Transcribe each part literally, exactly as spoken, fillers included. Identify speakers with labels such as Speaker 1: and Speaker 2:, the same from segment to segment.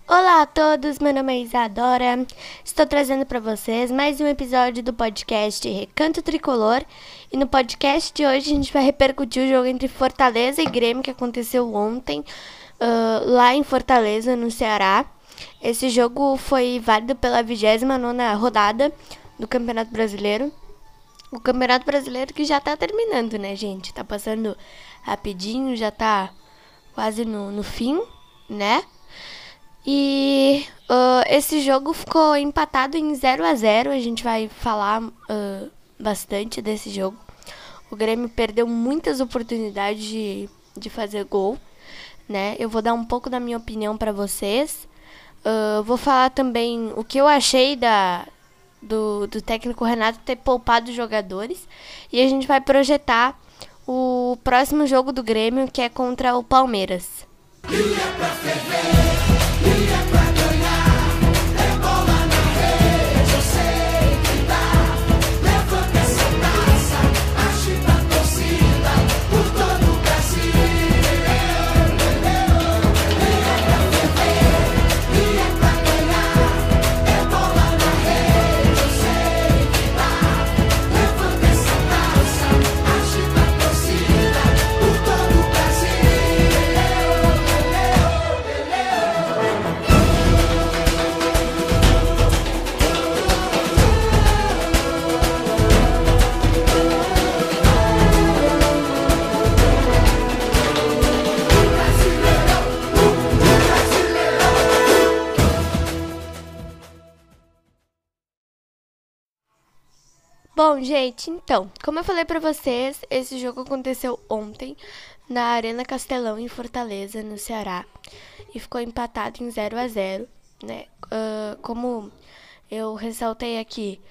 Speaker 1: Olá a todos, meu nome é Isadora, estou trazendo para vocês mais um episódio do podcast Recanto Tricolor e no podcast de hoje a gente vai repercutir o jogo entre Fortaleza e Grêmio que aconteceu ontem uh, lá em Fortaleza, no Ceará. Esse jogo foi válido pela vigésima nona rodada do Campeonato Brasileiro. O Campeonato Brasileiro que já está terminando, né, gente? Tá passando rapidinho, já tá quase no, no fim, né? E uh, esse jogo ficou empatado em zero a zero. A gente vai falar uh, bastante desse jogo. O Grêmio perdeu muitas oportunidades de, de fazer gol, né? Eu vou dar um pouco da minha opinião para vocês. Uh, vou falar também o que eu achei da, do, do técnico Renato ter poupado os jogadores. E a gente vai projetar o próximo jogo do Grêmio, que é contra o Palmeiras. Bom, gente, então, como eu falei pra vocês, esse jogo aconteceu ontem na Arena Castelão, em Fortaleza, no Ceará, e ficou empatado em zero a zero, né? Uh, como eu ressaltei aqui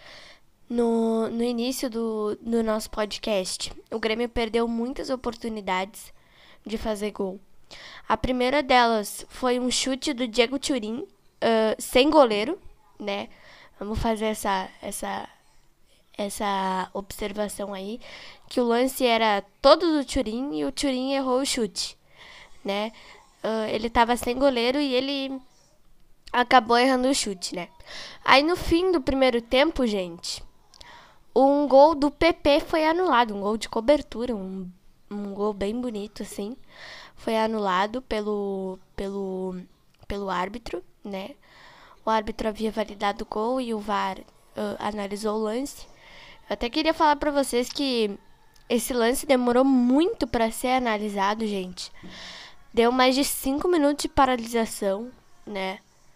Speaker 1: no, no início do, do nosso podcast, o Grêmio perdeu muitas oportunidades de fazer gol. A primeira delas foi um chute do Diego Thurin, uh, sem goleiro, né? Vamos fazer essa... essa essa observação aí, que o lance era todo do Thurin e o Thurin errou o chute, né? Uh, ele tava sem goleiro e ele acabou errando o chute, né? Aí no fim do primeiro tempo, gente, um gol do P P foi anulado, um gol de cobertura, um, um gol bem bonito, assim, foi anulado pelo, pelo, pelo árbitro, né? O árbitro havia validado o gol e o V A R uh, analisou o lance. Eu até queria falar pra vocês que esse lance demorou muito pra ser analisado, gente. Deu mais de cinco minutos de paralisação, né?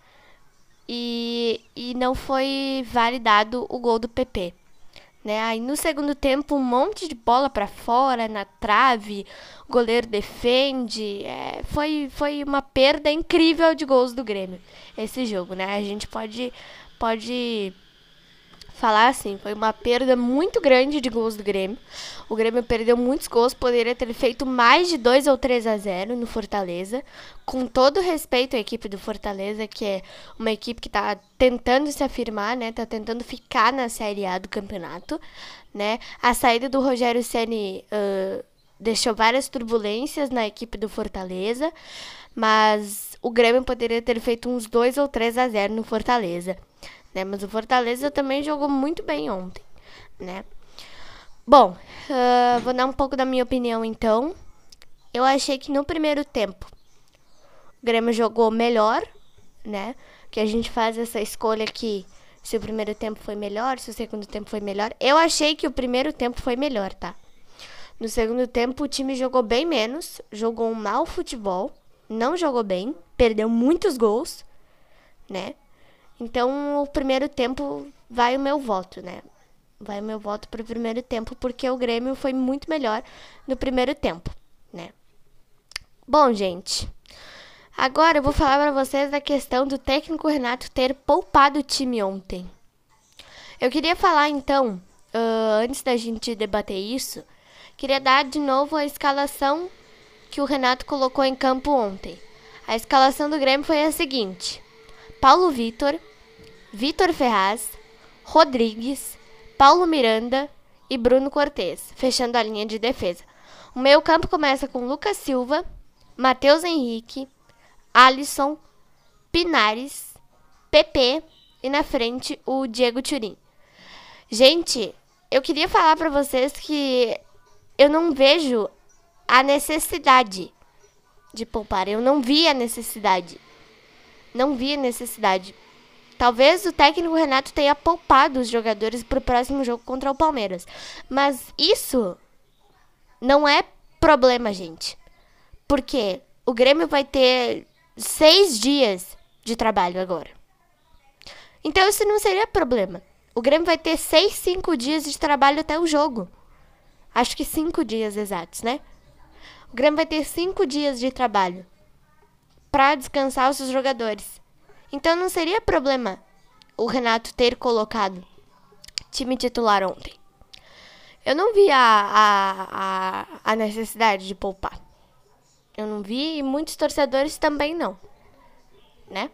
Speaker 1: E, e não foi validado o gol do P P, né? Aí no segundo tempo, um monte de bola pra fora, na trave, o goleiro defende. É, foi, foi uma perda incrível de gols do Grêmio, esse jogo, né? A gente pode... pode falar assim, foi uma perda muito grande de gols do Grêmio. O Grêmio perdeu muitos gols, poderia ter feito mais de dois ou três a zero no Fortaleza. Com todo respeito à equipe do Fortaleza, que é uma equipe que está tentando se afirmar, né? Tá tentando ficar na Série A do campeonato, né? A saída do Rogério Ceni uh, deixou várias turbulências na equipe do Fortaleza, mas o Grêmio poderia ter feito uns dois ou três a zero no Fortaleza. Né, mas o Fortaleza também jogou muito bem ontem, né? Bom, uh, vou dar um pouco da minha opinião, então. Eu achei que no primeiro tempo o Grêmio jogou melhor, né? Que a gente faz essa escolha aqui, se o primeiro tempo foi melhor, se o segundo tempo foi melhor. Eu achei que o primeiro tempo foi melhor, tá? No segundo tempo o time jogou bem menos, jogou um mau futebol, não jogou bem, perdeu muitos gols, né? Então, o primeiro tempo vai o meu voto, né? Vai o meu voto pro primeiro tempo, porque o Grêmio foi muito melhor no primeiro tempo, né? Bom, gente, agora eu vou falar pra vocês da questão do técnico Renato ter poupado o time ontem. Eu queria falar, então, uh, antes da gente debater isso, queria dar de novo a escalação que o Renato colocou em campo ontem. A escalação do Grêmio foi a seguinte: Paulo Vitor, Vitor Ferraz, Rodrigues, Paulo Miranda e Bruno Cortes, fechando a linha de defesa. O meio campo começa com Lucas Silva, Matheus Henrique, Alisson, Pinares, P P e na frente o Diego Turin. Gente, eu queria falar pra vocês que eu não vejo a necessidade de poupar. Eu não vi a necessidade. Não vi a necessidade. Talvez o técnico Renato tenha poupado os jogadores pro próximo jogo contra o Palmeiras. Mas isso não é problema, gente. Porque o Grêmio vai ter seis dias de trabalho agora. Então isso não seria problema. O Grêmio vai ter seis, cinco dias de trabalho até o jogo. Acho que cinco dias exatos, né? O Grêmio vai ter cinco dias de trabalho para descansar os seus jogadores. Então não seria problema o Renato ter colocado time titular ontem. Eu não vi a, a, a, a necessidade de poupar. Eu não vi e muitos torcedores também não, né?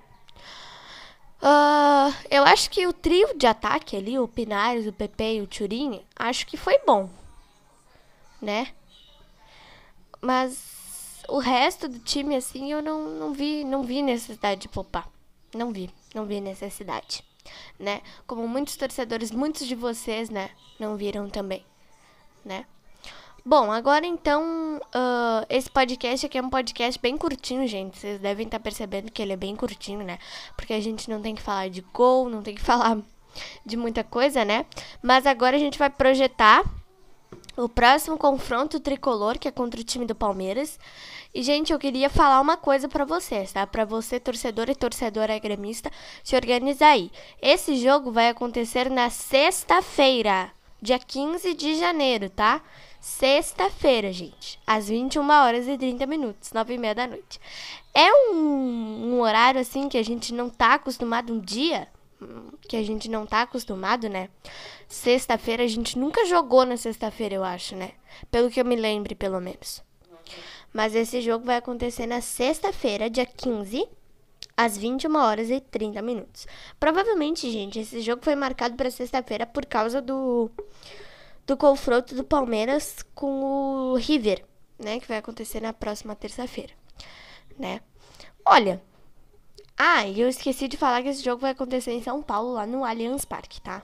Speaker 1: Uh, eu acho que o trio de ataque ali, o Pinares, o P P e o Turin, acho que foi bom, né? Mas o resto do time, assim, eu não, não vi não vi necessidade de poupar. Não vi, não vi necessidade, né? Como muitos torcedores, muitos de vocês, né, não viram também, né? Bom, agora então, uh, esse podcast aqui é um podcast bem curtinho, gente. Vocês devem estar percebendo que ele é bem curtinho, né? Porque a gente não tem que falar de gol, não tem que falar de muita coisa, né? Mas agora a gente vai projetar o próximo confronto tricolor, que é contra o time do Palmeiras. E, gente, eu queria falar uma coisa pra vocês, tá? Pra você, torcedor e torcedora gremista, se organizar aí. Esse jogo vai acontecer na sexta-feira, dia quinze de janeiro, tá? Sexta-feira, gente, às vinte e uma horas e trinta minutos, nove e meia da noite. É um, um horário, assim, que a gente não tá acostumado, um dia que a gente não tá acostumado, né? Sexta-feira, a gente nunca jogou na sexta-feira, eu acho, né? Pelo que eu me lembre, pelo menos. Mas esse jogo vai acontecer na sexta-feira, dia quinze, às vinte e uma horas e trinta minutos. Provavelmente, gente, esse jogo foi marcado para sexta-feira por causa do... do confronto do Palmeiras com o River, né, que vai acontecer na próxima terça-feira, né? Olha, ah, e eu esqueci de falar que esse jogo vai acontecer em São Paulo, lá no Allianz Parque, tá?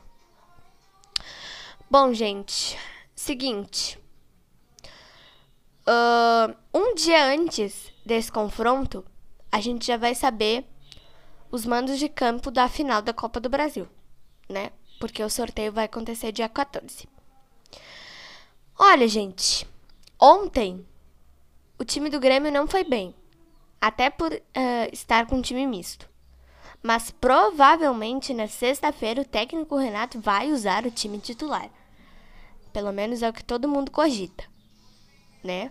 Speaker 1: Bom, gente, seguinte, uh, um dia antes desse confronto, a gente já vai saber os mandos de campo da final da Copa do Brasil, né? Porque o sorteio vai acontecer dia quatorze. Olha, gente, ontem o time do Grêmio não foi bem, até por uh, estar com um time misto. Mas provavelmente na sexta-feira o técnico Renato vai usar o time titular. Pelo menos é o que todo mundo cogita, né?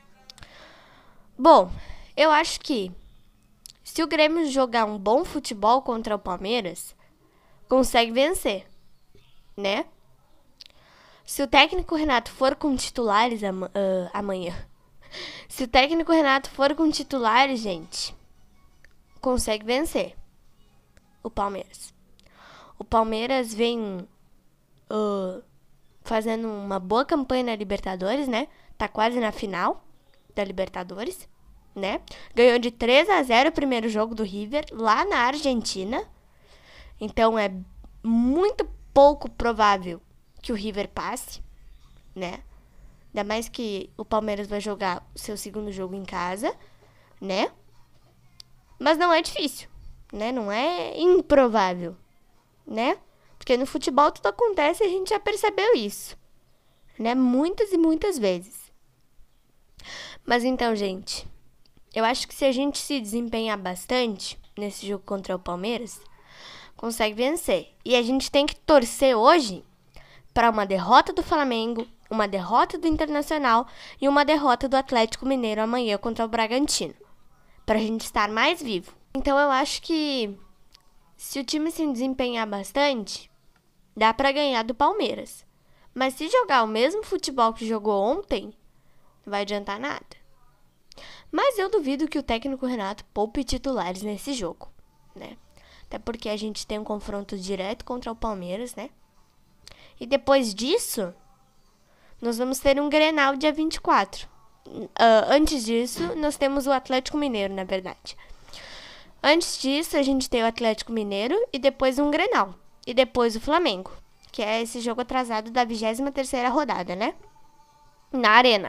Speaker 1: Bom, eu acho que se o Grêmio jogar um bom futebol contra o Palmeiras, consegue vencer, né? Se o técnico Renato for com titulares ama- uh, amanhã, se o técnico Renato for com titulares, gente, consegue vencer o Palmeiras. O Palmeiras vem uh, fazendo uma boa campanha na Libertadores, né? Tá quase na final da Libertadores, né? Ganhou de três a zero o primeiro jogo do River, lá na Argentina. Então é muito pouco provável que o River passe, né? Ainda mais que o Palmeiras vai jogar o seu segundo jogo em casa, né? Mas não é difícil, né? Não é improvável, né? Porque no futebol tudo acontece e a gente já percebeu isso, né? Muitas e muitas vezes. Mas então, gente, eu acho que se a gente se desempenhar bastante nesse jogo contra o Palmeiras, consegue vencer. E a gente tem que torcer hoje para uma derrota do Flamengo, uma derrota do Internacional e uma derrota do Atlético Mineiro amanhã contra o Bragantino, para a gente estar mais vivo. Então eu acho que se o time se desempenhar bastante, dá para ganhar do Palmeiras. Mas se jogar o mesmo futebol que jogou ontem, não vai adiantar nada. Mas eu duvido que o técnico Renato poupe titulares nesse jogo, né? Até porque a gente tem um confronto direto contra o Palmeiras, né? E depois disso, nós vamos ter um Grenal dia vinte e quatro. Uh, antes disso, nós temos o Atlético Mineiro, na verdade. Antes disso, a gente tem o Atlético Mineiro e depois um Grenal. E depois o Flamengo, que é esse jogo atrasado da vigésima terceira rodada, né? Na Arena.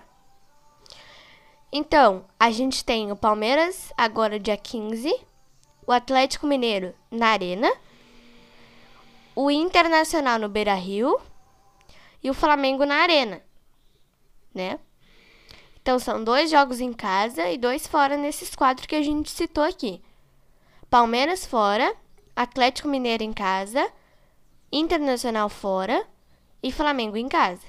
Speaker 1: Então, a gente tem o Palmeiras agora dia quinze, o Atlético Mineiro na Arena, o Internacional no Beira-Rio e o Flamengo na Arena, né? Então, são dois jogos em casa e dois fora nesses quatro que a gente citou aqui. Palmeiras fora, Atlético Mineiro em casa, Internacional fora e Flamengo em casa.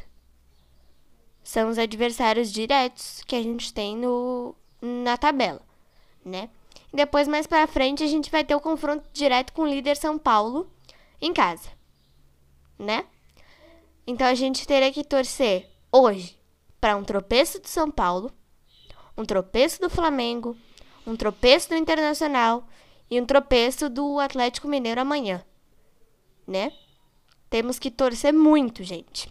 Speaker 1: São os adversários diretos que a gente tem no, na tabela, né? E depois, mais pra frente, a gente vai ter o confronto direto com o líder São Paulo em casa, né? Então, a gente teria que torcer hoje para um tropeço do São Paulo, um tropeço do Flamengo, um tropeço do Internacional e um tropeço do Atlético Mineiro amanhã, né? Temos que torcer muito, gente.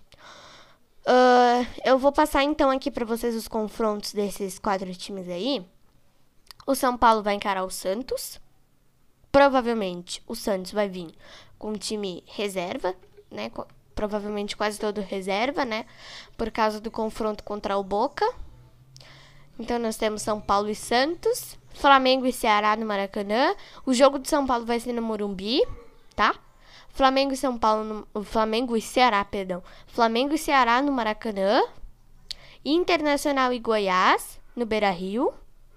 Speaker 1: Uh, eu vou passar então aqui para vocês os confrontos desses quatro times aí. O São Paulo vai encarar o Santos. Provavelmente o Santos vai vir com um time reserva, né? Provavelmente quase todo reserva, né? Por causa do confronto contra o Boca. Então nós temos São Paulo e Santos, Flamengo e Ceará no Maracanã. O jogo do São Paulo vai ser no Morumbi, tá? Flamengo e São Paulo, no, Flamengo e Ceará, perdão. Flamengo e Ceará no Maracanã. Internacional e Goiás no Beira-Rio.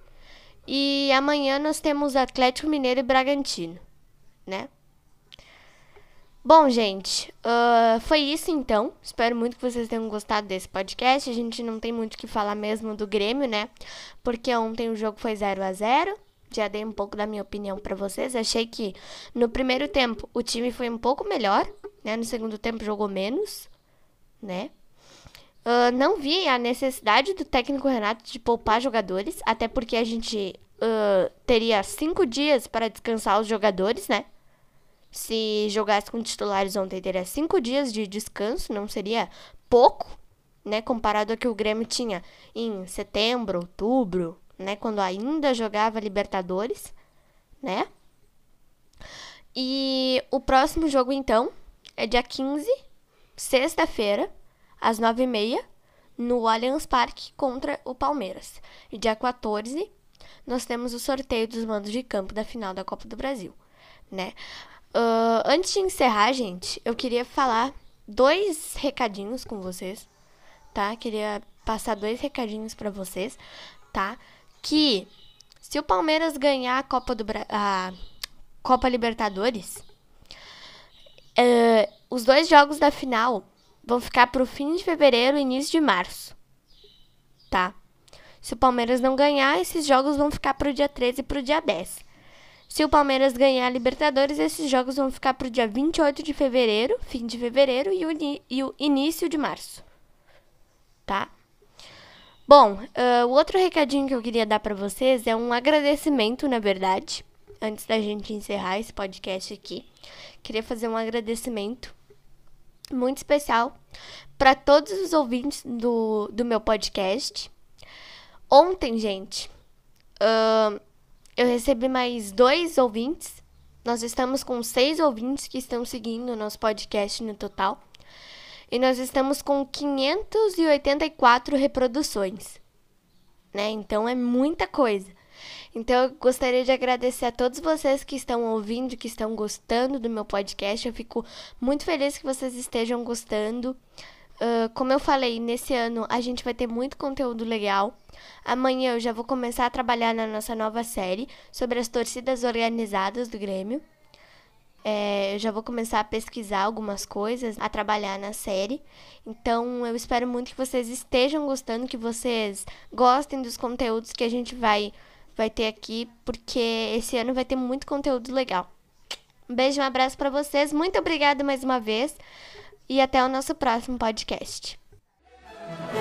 Speaker 1: E amanhã nós temos Atlético Mineiro e Bragantino, né? Bom, gente, uh, foi isso então. Espero muito que vocês tenham gostado desse podcast. A gente não tem muito o que falar mesmo do Grêmio, né? Porque ontem o jogo foi zero a zero. Já dei um pouco da minha opinião pra vocês. Achei que no primeiro tempo o time foi um pouco melhor, né? No segundo tempo jogou menos, né? Uh, não vi a necessidade do técnico Renato de poupar jogadores, até porque a gente uh, teria cinco dias para descansar os jogadores, né? Se jogasse com titulares ontem, teria cinco dias de descanso, não seria pouco, né? Comparado ao que o Grêmio tinha em setembro, outubro, né? Quando ainda jogava Libertadores, né? E o próximo jogo, então, é dia quinze, sexta-feira, às nove e meia, no Allianz Parque contra o Palmeiras. E dia quatorze, nós temos o sorteio dos mandos de campo da final da Copa do Brasil, né? Uh, antes de encerrar, gente, eu queria falar dois recadinhos com vocês, tá? Queria passar dois recadinhos pra vocês, tá? Que se o Palmeiras ganhar a Copa, do Bra- a Copa Libertadores, uh, os dois jogos da final vão ficar pro fim de fevereiro e início de março, tá? Se o Palmeiras não ganhar, esses jogos vão ficar pro dia treze e pro dia dez. Se o Palmeiras ganhar a Libertadores, esses jogos vão ficar pro dia vinte e oito de fevereiro, fim de fevereiro e o, e o início de março, tá? Bom, uh, o outro recadinho que eu queria dar pra vocês é um agradecimento, na verdade, antes da gente encerrar esse podcast aqui. Queria fazer um agradecimento muito especial para todos os ouvintes do, do meu podcast. Ontem, gente, uh, eu recebi mais dois ouvintes. Nós estamos com seis ouvintes que estão seguindo o nosso podcast no total. E nós estamos com quinhentas e oitenta e quatro reproduções, né? Então é muita coisa. Então eu gostaria de agradecer a todos vocês que estão ouvindo, que estão gostando do meu podcast. Eu fico muito feliz que vocês estejam gostando. Uh, como eu falei, nesse ano a gente vai ter muito conteúdo legal. Amanhã eu já vou começar a trabalhar na nossa nova série sobre as torcidas organizadas do Grêmio. É, eu já vou começar a pesquisar algumas coisas, a trabalhar na série. Então eu espero muito que vocês estejam gostando, que vocês gostem dos conteúdos que a gente vai, vai ter aqui, porque esse ano vai ter muito conteúdo legal. Um beijo, um abraço pra vocês, muito obrigada mais uma vez e até o nosso próximo podcast.